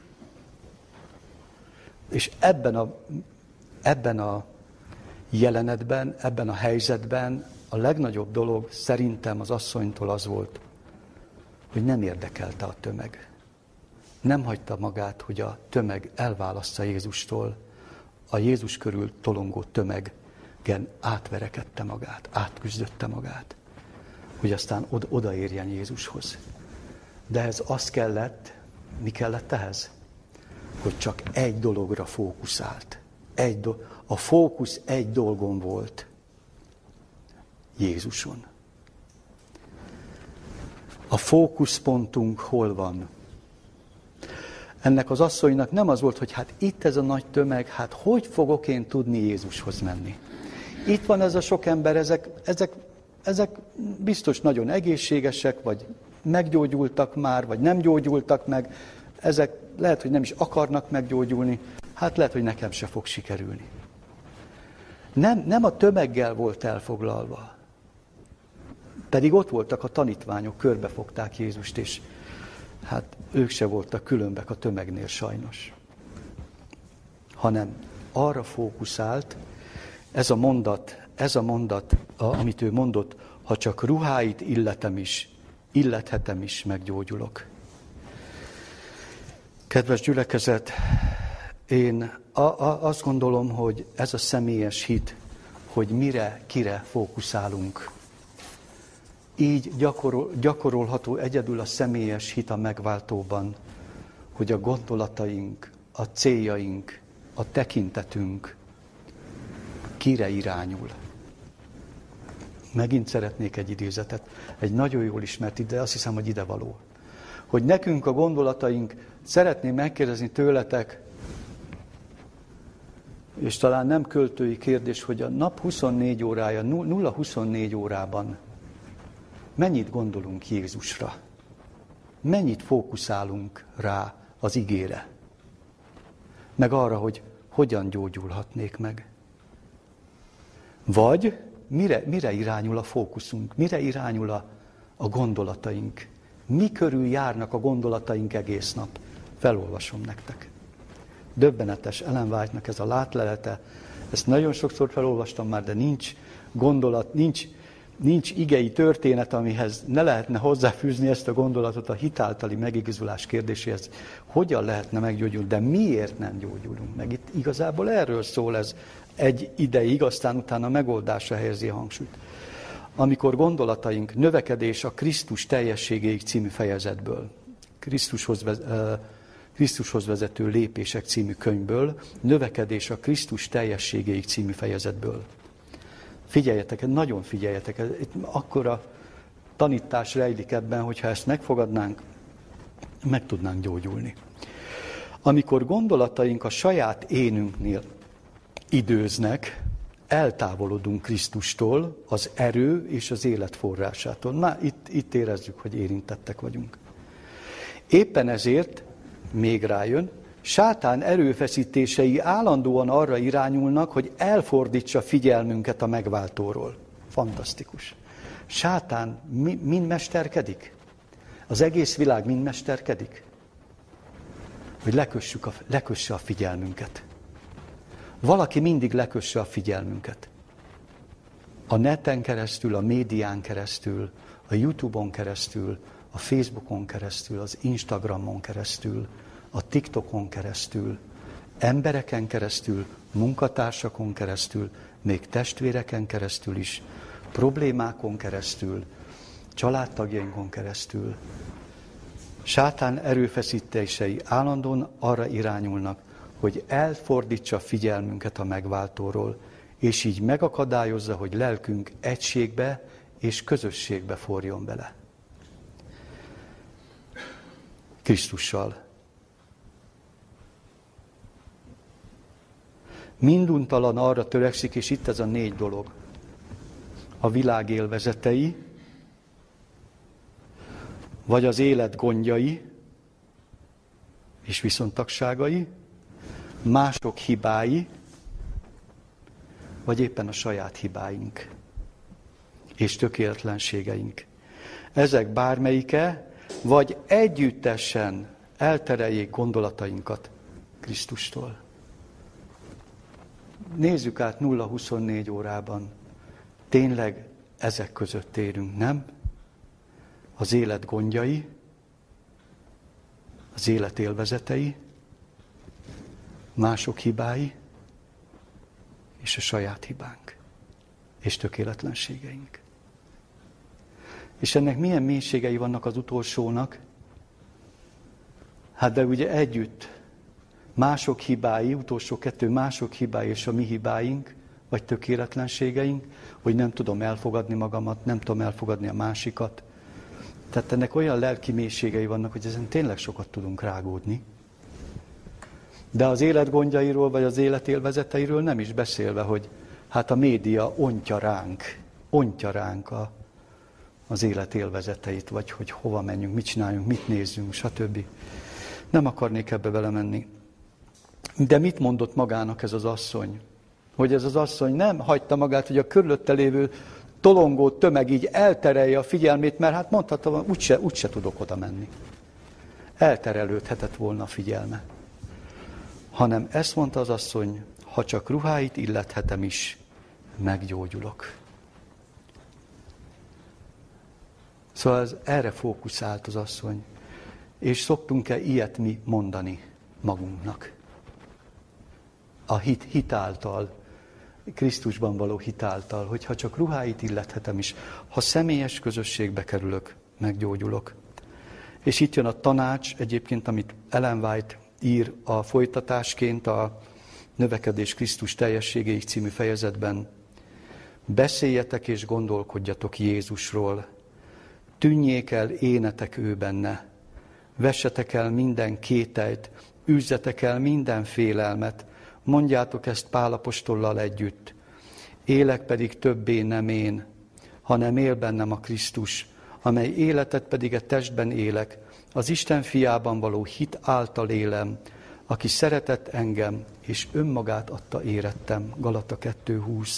És ebben a jelenetben, ebben a helyzetben a legnagyobb dolog szerintem az asszonytól az volt, hogy nem érdekelte a tömeg. Nem hagyta magát, hogy a tömeg elválassza Jézustól, a Jézus körül tolongó tömegen átverekedte magát, átküzdötte magát, hogy aztán odaérjen Jézushoz. De ez az kellett, mi kellett ehhez? Hogy csak egy dologra fókuszált. A fókusz egy dolgon volt. Jézuson. A fókuszpontunk hol van? Ennek az asszonynak nem az volt, hogy hát itt ez a nagy tömeg, hát hogy fogok én tudni Jézushoz menni? Itt van ez a sok ember, ezek biztos nagyon egészségesek, vagy meggyógyultak már, vagy nem gyógyultak meg. Ezek lehet, hogy nem is akarnak meggyógyulni, hát lehet, hogy nekem se fog sikerülni. Nem a tömeggel volt elfoglalva. Pedig ott voltak a tanítványok, körbefogták Jézust, és hát ők se voltak különbek a tömegnél sajnos. Hanem arra fókuszált, ez a mondat, amit ő mondott, ha csak ruháit illethetem is, meggyógyulok. Kedves gyülekezet, én azt gondolom, hogy ez a személyes hit, hogy kire fókuszálunk. Így gyakorolható egyedül a személyes hit a megváltóban, hogy a gondolataink, a céljaink, a tekintetünk kire irányul. Megint szeretnék egy idézetet, egy nagyon jól ismert, de azt hiszem, hogy idevaló. Hogy nekünk a gondolataink, szeretném megkérdezni tőletek, és talán nem költői kérdés, hogy a nap 24 órája, 0-24 órában mennyit gondolunk Jézusra? Mennyit fókuszálunk rá az igére? meg arra, hogy hogyan gyógyulhatnék meg. Vagy mire irányul a fókuszunk, mire irányul a gondolataink. Mi körül járnak a gondolataink egész nap? Felolvasom nektek. Döbbenetes Ellen White-nak ez a látlelete. Ezt nagyon sokszor felolvastam már, de nincs gondolat, nincs igei történet, amihez ne lehetne hozzáfűzni ezt a gondolatot a hitáltali megigazulás kérdéséhez. Hogyan lehetne meggyógyulni, de miért nem gyógyulunk meg? Itt igazából erről szól ez egy ideig, aztán utána megoldásra helyezi a hangsúlyt. Amikor gondolataink növekedés a Krisztus teljességéig című fejezetből, Krisztushoz vezető lépések című könyvből, növekedés a Krisztus teljességéig című fejezetből. Figyeljetek, nagyon figyeljetek, itt akkora tanítás rejlik ebben, hogyha ezt megfogadnánk, meg tudnánk gyógyulni. Amikor gondolataink a saját énünknél időznek, eltávolodunk Krisztustól, az erő és az élet forrásától. Na, itt érezzük, hogy érintettek vagyunk. Éppen ezért, még rájön, sátán erőfeszítései állandóan arra irányulnak, hogy elfordítsa figyelmünket a megváltóról. Fantasztikus. Sátán mind mesterkedik? Az egész világ mind mesterkedik? Hogy lekösse a figyelmünket. Valaki mindig lekösse a figyelmünket. A neten keresztül, a médián keresztül, a YouTube-on keresztül, a Facebookon keresztül, az Instagramon keresztül, a TikTokon keresztül, embereken keresztül, munkatársakon keresztül, még testvéreken keresztül is, problémákon keresztül, családtagjainkon keresztül. Sátán erőfeszítései állandóan arra irányulnak, hogy elfordítsa figyelmünket a megváltóról, és így megakadályozza, hogy lelkünk egységbe és közösségbe forjon bele. Krisztussal. Minduntalan arra törekszik, és itt ez a 4 dolog. A világ élvezetei, vagy az élet gondjai és viszontagságai, mások hibái, vagy éppen a saját hibáink és tökéletlenségeink. Ezek bármelyike, vagy együttesen eltereljék gondolatainkat Krisztustól. Nézzük át 0-24 órában. Tényleg ezek között érünk, nem? Az élet gondjai, az élet élvezetei, mások hibái, és a saját hibánk, és tökéletlenségeink. És ennek milyen mélységei vannak az utolsónak? Hát de ugye együtt mások hibái, utolsó 2, mások hibái és a mi hibáink, vagy tökéletlenségeink, hogy nem tudom elfogadni magamat, nem tudom elfogadni a másikat. Tehát ennek olyan lelki mélységei vannak, hogy ezen tényleg sokat tudunk rágódni. De az élet gondjairól, vagy az élet élvezeteiről nem is beszélve, hogy hát a média ontja ránk az élet élvezeteit, vagy hogy hova menjünk, mit csináljunk, mit nézzünk, stb. Nem akarnék ebbe belemenni. De mit mondott magának ez az asszony? Hogy ez az asszony nem hagyta magát, hogy a körülötte lévő tolongó tömeg így elterelje a figyelmét, mert hát mondhatom, úgyse tudok oda menni. Elterelődhetett volna a figyelme. Hanem ezt mondta az asszony, ha csak ruháit illethetem is, meggyógyulok. Szóval erre fókuszált az asszony. És szoktunk-e ilyet mi mondani magunknak? A hit által, Krisztusban való hit által, hogy ha csak ruháit illethetem is, ha személyes közösségbe kerülök, meggyógyulok. És itt jön a tanács, egyébként, amit Ellen White ír a folytatásként a Növekedés Krisztus teljességéig című fejezetben. Beszéljetek és gondolkodjatok Jézusról, tűnjék el énetek ő benne, vessetek el minden kételyt, űzzetek el minden félelmet, mondjátok ezt Pál apostollal együtt. Élek pedig többé nem én, hanem él bennem a Krisztus, amely életet pedig a testben élek, az Isten fiában való hit által élem, aki szeretett engem, és önmagát adta érettem. Galata 2:20.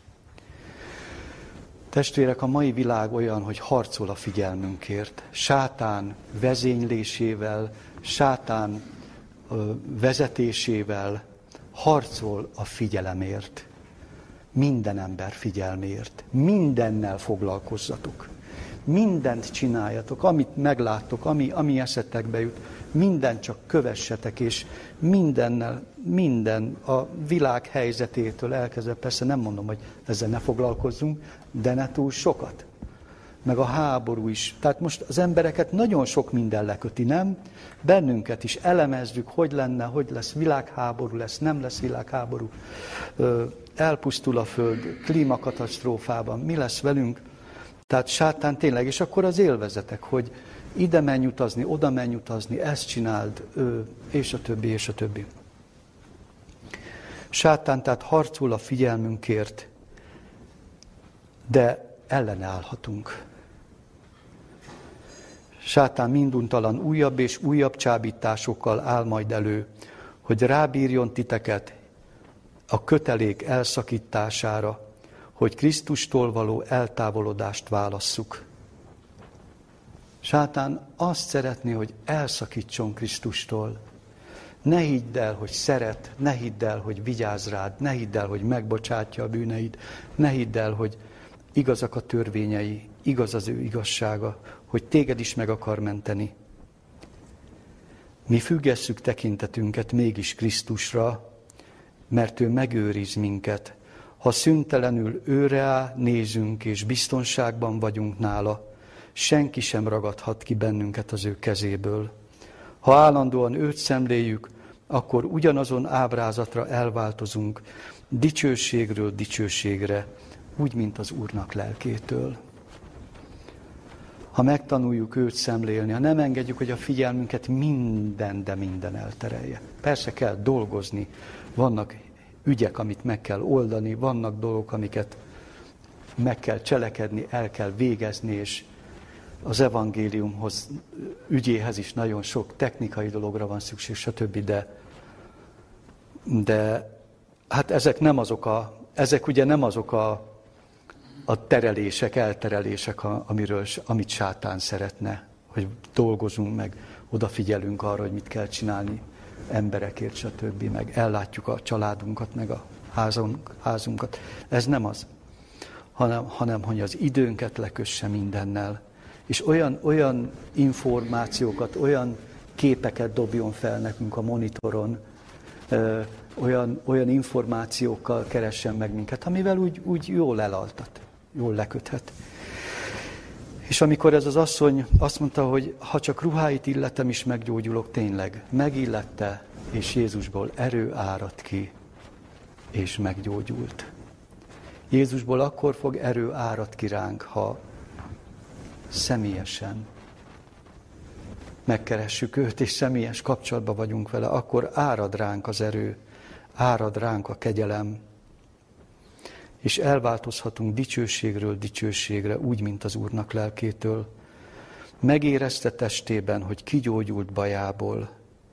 Testvérek, a mai világ olyan, hogy harcol a figyelmünkért. Sátán vezénylésével, sátán vezetésével harcol a figyelemért. Minden ember figyelméért. Mindennel foglalkozzatok. Mindent csináljatok, amit megláttok, ami eszetekbe jut. Mindent csak kövessetek, és minden a világ helyzetétől elkezdve, persze nem mondom, hogy ezzel ne foglalkozzunk, de ne túl sokat. Meg a háború is. Tehát most az embereket nagyon sok minden leköti, nem? Bennünket is elemezzük, hogy lenne, hogy lesz világháború, nem lesz világháború. Elpusztul a föld, klímakatasztrófában, mi lesz velünk? Tehát sátán tényleg, és akkor az élvezetek, hogy ide menj utazni, oda menj utazni, ezt csináld, és a többi, és a többi. Sátán tehát harcol a figyelmünkért, de ellene állhatunk. Sátán minduntalan újabb és újabb csábításokkal áll majd elő, hogy rábírjon titeket a kötelék elszakítására, hogy Krisztustól való eltávolodást válasszuk. Sátán azt szeretné, hogy elszakítson Krisztustól. Ne hidd el, hogy szeret, ne hidd el, hogy vigyáz rád, ne hidd el, hogy megbocsátja a bűneid, ne hidd el, hogy igazak a törvényei, igaz az ő igazsága, hogy téged is meg akar menteni. Mi függesszük tekintetünket mégis Krisztusra, mert ő megőriz minket. Ha szüntelenül őre nézünk és biztonságban vagyunk nála, senki sem ragadhat ki bennünket az ő kezéből. Ha állandóan őt szemléljük, akkor ugyanazon ábrázatra elváltozunk, dicsőségről dicsőségre, úgy, mint az Úrnak lelkétől. Ha megtanuljuk őt szemlélni, ha nem engedjük, hogy a figyelmünket minden elterelje. Persze kell dolgozni, vannak ügyek, amit meg kell oldani, vannak dolgok, amiket meg kell cselekedni, el kell végezni, és az evangéliumhoz, ügyéhez is nagyon sok technikai dologra van szükség, stb. De hát ezek ugye nem azok a terelések, elterelések, amit sátán szeretne, hogy dolgozunk meg, odafigyelünk arra, hogy mit kell csinálni emberekért, stb. Meg ellátjuk a családunkat, meg a házunkat. Ez nem az, hanem hogy az időnket lekösse mindennel. És olyan információkat, olyan képeket dobjon fel nekünk a monitoron, olyan információkkal keressen meg minket, amivel úgy jól elaltat, jól leköthet. És amikor ez az asszony azt mondta, hogy ha csak ruháit illetem is meggyógyulok, tényleg megillette, és Jézusból erő áradt ki, és meggyógyult. Jézusból akkor fog erő árad ki ránk, ha személyesen megkeressük őt, és személyes kapcsolatban vagyunk vele, akkor árad ránk az erő, árad ránk a kegyelem, és elváltozhatunk dicsőségről dicsőségre, úgy, mint az Úrnak lelkétől. Megérezte testében, hogy kigyógyult bajából.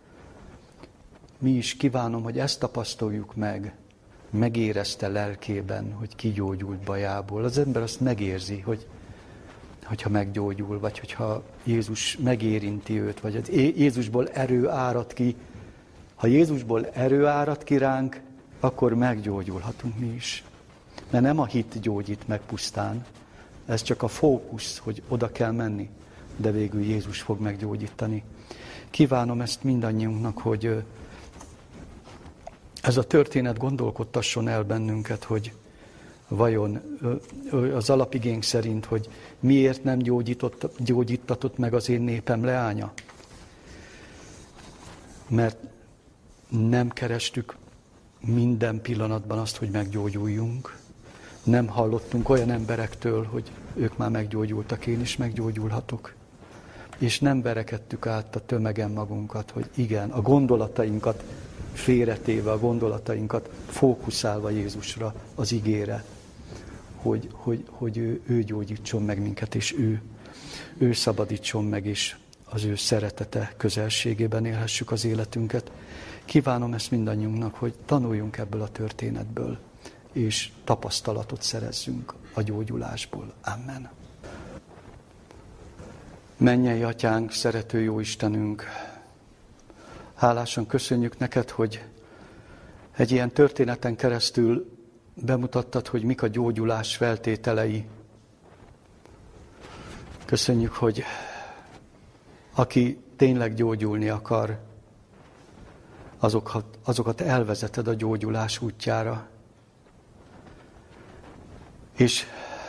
Mi is kívánom, hogy ezt tapasztaljuk meg. Megérezte lelkében, hogy kigyógyult bajából. Az ember azt megérzi, hogyha meggyógyul, vagy hogyha Jézus megérinti őt, vagy Jézusból erő árad ki. Ha Jézusból erő árad ki ránk, akkor meggyógyulhatunk mi is. Mert nem a hit gyógyít meg pusztán, ez csak a fókusz, hogy oda kell menni, de végül Jézus fog meggyógyítani. Kívánom ezt mindannyiunknak, hogy ez a történet gondolkodtasson el bennünket, hogy vajon az alapigénk szerint, hogy miért nem gyógyítatott meg az én népem leánya? Mert nem kerestük minden pillanatban azt, hogy meggyógyuljunk. Nem hallottunk olyan emberektől, hogy ők már meggyógyultak, én is meggyógyulhatok. És nem verekedtük át a tömegen magunkat, hogy igen, a gondolatainkat félretéve, a gondolatainkat fókuszálva Jézusra, az igére, hogy ő gyógyítson meg minket, és ő szabadítson meg, és az ő szeretete közelségében élhessük az életünket. Kívánom ezt mindannyiunknak, hogy tanuljunk ebből a történetből, és tapasztalatot szerezzünk a gyógyulásból. Amen. Mennyei Atyánk, szerető jó Istenünk, hálásan köszönjük neked, hogy egy ilyen történeten keresztül bemutattad, hogy mik a gyógyulás feltételei. Köszönjük, hogy aki tényleg gyógyulni akar, azokat elvezeted a gyógyulás útjára. És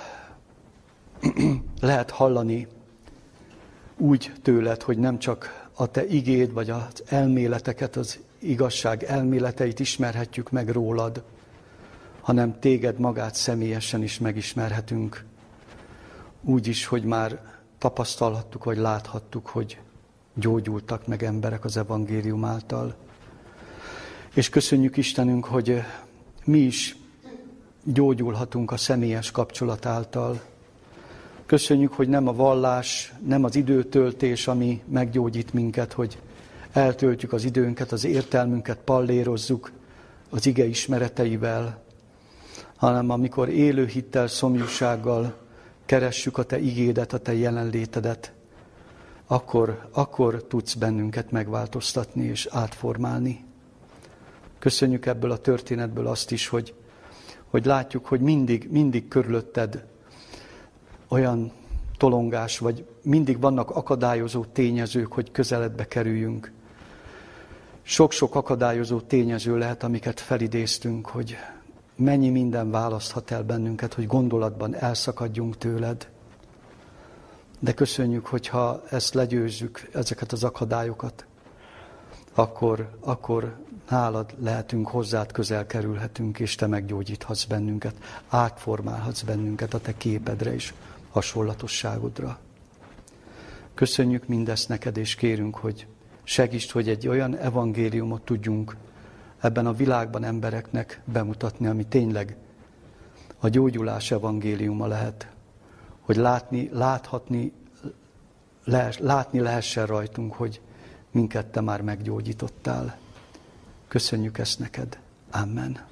lehet hallani úgy tőled, hogy nem csak a te igéd, vagy az elméleteket, az igazság elméleteit ismerhetjük meg rólad, hanem téged magát személyesen is megismerhetünk. Úgy is, hogy már tapasztalhattuk, vagy láthattuk, hogy gyógyultak meg emberek az evangélium által. És köszönjük Istenünk, hogy mi is gyógyulhatunk a személyes kapcsolat által. Köszönjük, hogy nem a vallás, nem az időtöltés, ami meggyógyít minket, hogy eltöltjük az időnket, az értelmünket pallérozzuk az ige ismereteivel, hanem amikor élő hittel, szomjúsággal keressük a te igédet, a te jelenlétedet, akkor tudsz bennünket megváltoztatni és átformálni. Köszönjük ebből a történetből azt is, hogy látjuk, hogy mindig körülötted olyan tolongás, vagy mindig vannak akadályozó tényezők, hogy közeledbe kerüljünk. Sok-sok akadályozó tényező lehet, amiket felidéztünk, hogy mennyi minden választhat el bennünket, hogy gondolatban elszakadjunk tőled. De köszönjük, hogyha ezt legyőzzük, ezeket az akadályokat, akkor nálad lehetünk, hozzád közel kerülhetünk, és te meggyógyíthatsz bennünket, átformálhatsz bennünket a te képedre és hasonlatosságodra. Köszönjük mindezt neked, és kérünk, hogy segítsd, hogy egy olyan evangéliumot tudjunk ebben a világban embereknek bemutatni, ami tényleg a gyógyulás evangéliuma lehet, hogy látni lehessen rajtunk, hogy minket te már meggyógyítottál. Köszönjük ezt neked. Amen.